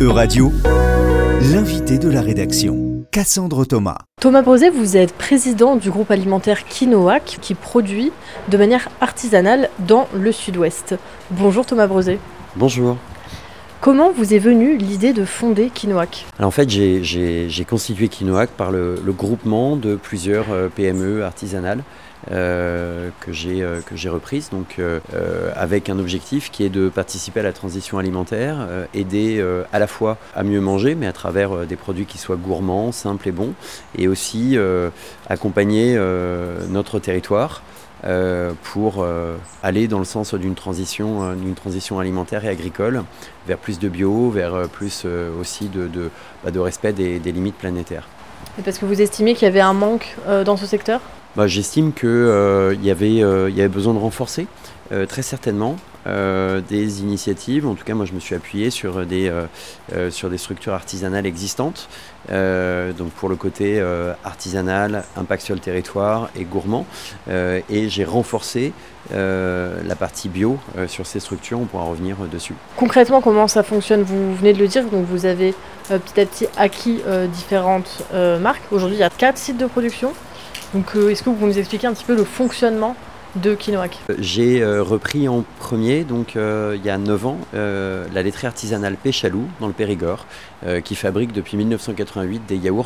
Euradio, l'invité de la rédaction, Cassandre Thomas. Thomas Brozet, vous êtes président du groupe alimentaire Quinoac qui produit de manière artisanale dans le sud-ouest. Bonjour Thomas Brozet. Bonjour. Comment vous est venue l'idée de fonder Quinoac ? Alors en fait, j'ai constitué Quinoac par le groupement de plusieurs PME artisanales que j'ai reprises, donc avec un objectif qui est de participer à la transition alimentaire, aider à la fois à mieux manger, mais à travers des produits qui soient gourmands, simples et bons, et aussi accompagner notre territoire pour aller dans le sens d'une transition alimentaire et agricole vers plus de bio, vers plus aussi de respect des limites planétaires. Et parce que vous estimez qu'il y avait un manque dans ce secteur ? J'estime qu'il y avait besoin de renforcer, très certainement, des initiatives. En tout cas, moi, je me suis appuyé sur des structures artisanales existantes. Donc pour le côté artisanal, impact sur le territoire et gourmand. Et j'ai renforcé la partie bio sur ces structures, on pourra revenir dessus. Concrètement, comment ça fonctionne ? Vous venez de le dire, donc vous avez petit à petit acquis différentes marques. Aujourd'hui, il y a 4 sites de production. Donc est-ce que vous pouvez nous expliquer un petit peu le fonctionnement de Quinoac ? J'ai repris en premier, donc il y a 9 ans, la laiterie artisanale Péchalou dans le Périgord, qui fabrique depuis 1988 des yaourts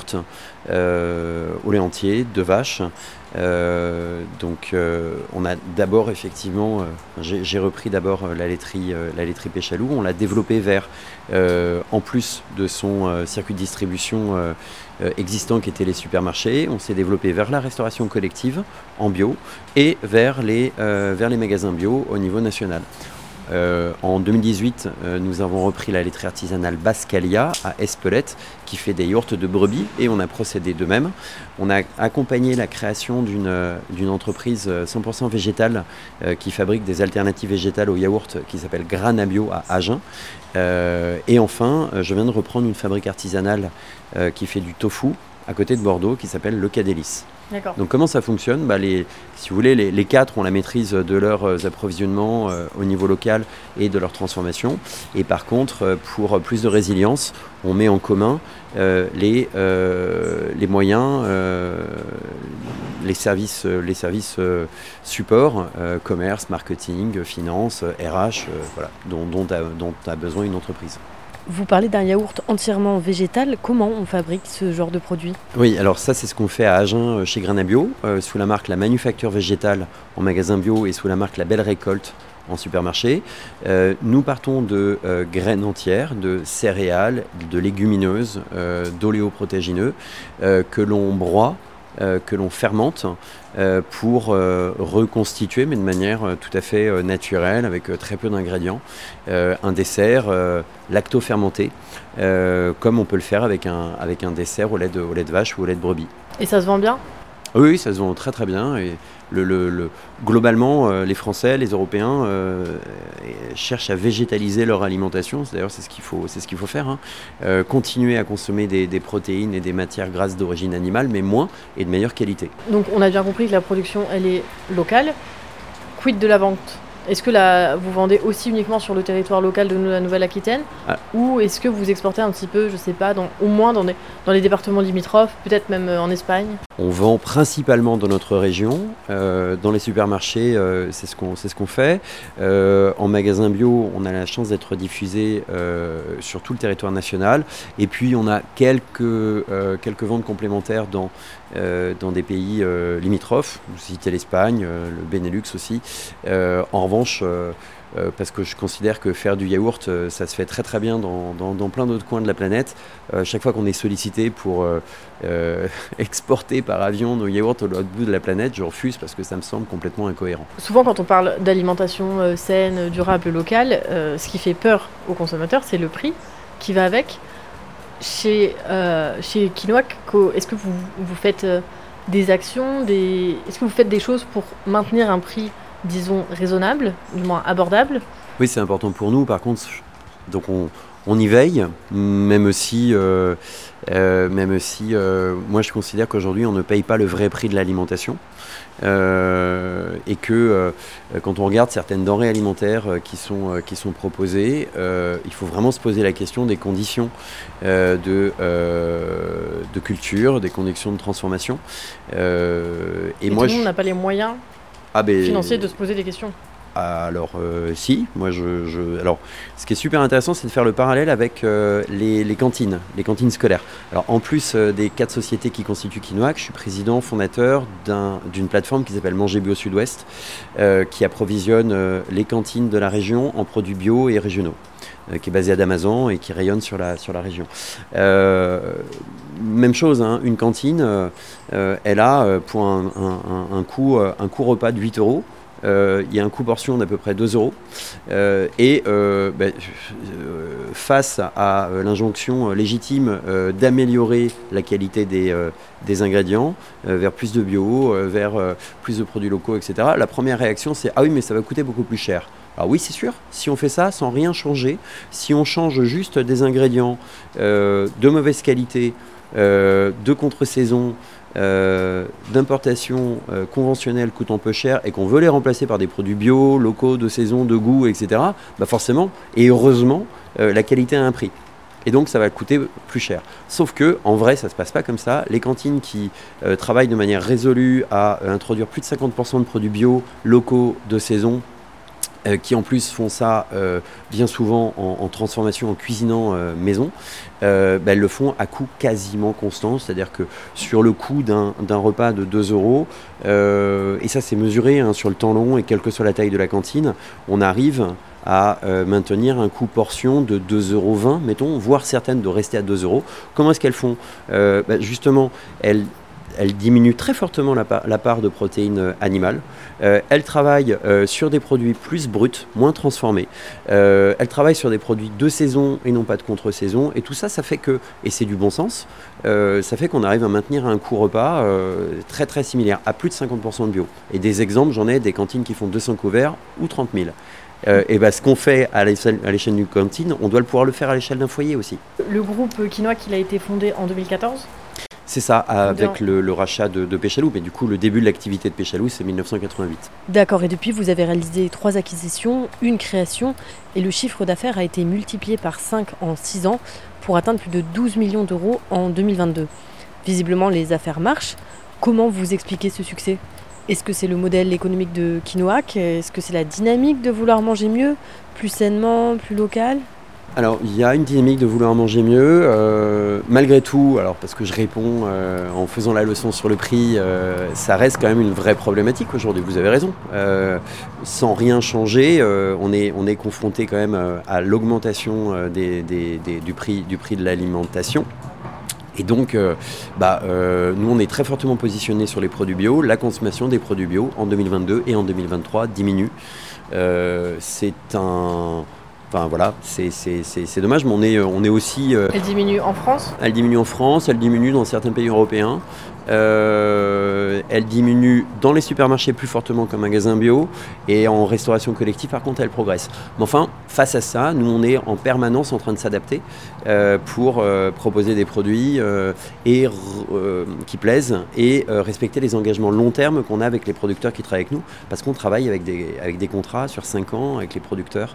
au lait entier, de vache. Donc on a d'abord effectivement, j'ai repris d'abord la laiterie Péchalou, on l'a développée vers, en plus de son circuit de distribution existant qui étaient les supermarchés, on s'est développé vers la restauration collective en bio et vers les magasins bio au niveau national. En 2018, nous avons repris la laiterie artisanale Bascalia à Espelette qui fait des yaourts de brebis et on a procédé de même. On a accompagné la création d'une entreprise 100% végétale qui fabrique des alternatives végétales aux yaourts qui s'appelle Granabio à Agen. Et enfin, je viens de reprendre une fabrique artisanale qui fait du tofu à côté de Bordeaux qui s'appelle Le Cadélis. D'accord. Donc comment ça fonctionne ? Si vous voulez, les 4 ont la maîtrise de leurs approvisionnements au niveau local et de leur transformation. Et par contre, pour plus de résilience, on met en commun les moyens, les services supports, commerce, marketing, finance, RH, voilà, dont a besoin une entreprise. Vous parlez d'un yaourt entièrement végétal. Comment on fabrique ce genre de produit ? Oui, alors ça c'est ce qu'on fait à Agen chez Granabio, sous la marque La Manufacture Végétale en magasin bio et sous la marque La Belle Récolte en supermarché. Nous partons de graines entières, de céréales, de légumineuses, d'oléoprotéagineux que l'on broie, que l'on fermente pour reconstituer, mais de manière tout à fait naturelle, avec très peu d'ingrédients, un dessert lacto-fermenté, comme on peut le faire avec un dessert au lait de vache ou au lait de brebis. Et ça se vend bien ? Oui, ça se vend très très bien. Et globalement, les Français, les Européens cherchent à végétaliser leur alimentation. D'ailleurs, c'est ce qu'il faut faire. Continuer à consommer des protéines et des matières grasses d'origine animale, mais moins et de meilleure qualité. Donc on a bien compris que la production, elle est locale. Quid de la vente ? Est-ce que vous vendez aussi uniquement sur le territoire local de la Nouvelle-Aquitaine ? Ou est-ce que vous exportez un petit peu, je ne sais pas, au moins dans les départements limitrophes, peut-être même en Espagne ? On vend principalement dans notre région. Dans les supermarchés, c'est ce qu'on fait. En magasin bio, on a la chance d'être diffusé sur tout le territoire national. Et puis, on a quelques ventes complémentaires dans des pays limitrophes. Vous citez l'Espagne, le Benelux aussi. En revanche, parce que je considère que faire du yaourt, ça se fait très très bien dans plein d'autres coins de la planète. Chaque fois qu'on est sollicité pour exporter par avion nos yaourts au l'autre bout de la planète, je refuse parce que ça me semble complètement incohérent. Souvent quand on parle d'alimentation saine, durable, locale, ce qui fait peur aux consommateurs, c'est le prix qui va avec. Chez Quinoac, est-ce que vous faites des actions, est-ce que vous faites des choses pour maintenir un prix, disons, raisonnable, du moins abordable ? Oui, c'est important pour nous. Par contre, donc on y veille, même si même si moi je considère qu'aujourd'hui on ne paye pas le vrai prix de l'alimentation. Et que quand on regarde certaines denrées alimentaires qui sont proposées, il faut vraiment se poser la question des conditions de culture, des conditions de transformation. Et moi, tout le monde n'a pas les moyens financiers de se poser des questions. Alors si, moi alors ce qui est super intéressant, c'est de faire le parallèle avec les cantines scolaires. Alors en plus des 4 sociétés qui constituent Quinoac, je suis président fondateur d'une plateforme qui s'appelle Manger Bio Sud-Ouest, qui approvisionne les cantines de la région en produits bio et régionaux, qui est basée à Damazan et qui rayonne sur la région. Même chose, hein, une cantine, elle a pour un coût repas de 8 €. Il y a un coût portion d'à peu près 2 €. Face à l'injonction légitime d'améliorer la qualité des ingrédients vers plus de bio, vers plus de produits locaux, etc., la première réaction c'est « Ah oui, mais ça va coûter beaucoup plus cher ». Alors oui, c'est sûr, si on fait ça sans rien changer, si on change juste des ingrédients de mauvaise qualité, de contre-saison, d'importation conventionnelle coûtant peu cher et qu'on veut les remplacer par des produits bio, locaux, de saison, de goût, etc., forcément, et heureusement, la qualité a un prix. Et donc ça va coûter plus cher. Sauf que, en vrai, ça ne se passe pas comme ça. Les cantines qui travaillent de manière résolue à introduire plus de 50% de produits bio, locaux, de saison, qui en plus font ça bien souvent en transformation, en cuisinant maison, elles le font à coût quasiment constant, c'est-à-dire que sur le coût d'un repas de 2 €, et ça c'est mesuré sur le temps long et quelle que soit la taille de la cantine, on arrive à maintenir un coût portion de 2,20 €, mettons, voire certaines de rester à 2 €. Comment est-ce qu'elles font ? Justement, elles diminuent très fortement la part de protéines animales. Elles travaillent sur des produits plus bruts, moins transformés. Elles travaillent sur des produits de saison et non pas de contre-saison. Et tout ça, ça fait que, et c'est du bon sens, ça fait qu'on arrive à maintenir un coût repas très très similaire, à plus de 50% de bio. Et des exemples, j'en ai des cantines qui font 200 couverts ou 30 000. Ce qu'on fait à l'échelle d'une cantine, on doit pouvoir le faire à l'échelle d'un foyer aussi. Le groupe Quinoac, il a été fondé en 2014 ? C'est ça, avec le rachat de Péchalou. Mais du coup, le début de l'activité de Péchalou, c'est 1988. D'accord, et depuis, vous avez réalisé 3 acquisitions, une création, et le chiffre d'affaires a été multiplié par 5 en 6 ans pour atteindre plus de 12 millions d'euros en 2022. Visiblement, les affaires marchent. Comment vous expliquez ce succès ? Est-ce que c'est le modèle économique de Quinoac ? Est-ce que c'est la dynamique de vouloir manger mieux, plus sainement, plus local ? Alors, il y a une dynamique de vouloir manger mieux. Malgré tout, alors parce que je réponds en faisant la leçon sur le prix, ça reste quand même une vraie problématique aujourd'hui. Vous avez raison. Sans rien changer, on est confronté quand même à l'augmentation du prix de l'alimentation. Et donc, nous, on est très fortement positionnés sur les produits bio. La consommation des produits bio en 2022 et en 2023 diminue. C'est dommage, mais on est aussi... Elle diminue en France ? Elle diminue en France, elle diminue dans certains pays européens. Elle diminue dans les supermarchés plus fortement qu'un magasin bio, et en restauration collective par contre elle progresse. Mais enfin, face à ça, nous on est en permanence en train de s'adapter pour proposer des produits qui plaisent et respecter les engagements long terme qu'on a avec les producteurs qui travaillent avec nous, parce qu'on travaille avec des contrats sur 5 ans avec les producteurs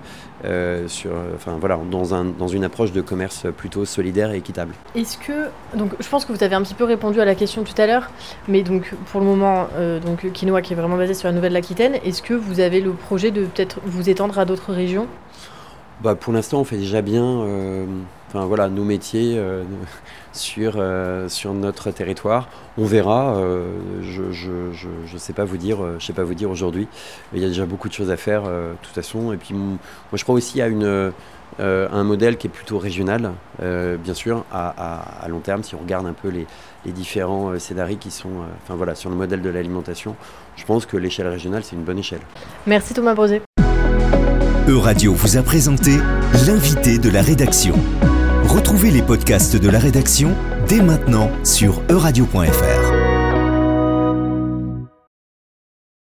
dans une approche de commerce plutôt solidaire et équitable. Donc je pense que vous avez un petit peu répondu à la question tout à l'heure, mais donc pour le moment, Quinoac qui est vraiment basé sur la Nouvelle-Aquitaine, est-ce que vous avez le projet de peut-être vous étendre à d'autres régions ? Pour l'instant, on fait déjà bien nos métiers sur notre territoire. On verra. Je sais pas vous dire aujourd'hui. Il y a déjà beaucoup de choses à faire de toute façon. Et puis moi, je crois aussi à un modèle qui est plutôt régional, bien sûr, à long terme. Si on regarde un peu les différents scénarios qui sont sur le modèle de l'alimentation, je pense que l'échelle régionale, c'est une bonne échelle. Merci Thomas Brosé. Euradio vous a présenté l'invité de la rédaction. Retrouvez les podcasts de la rédaction dès maintenant sur euradio.fr.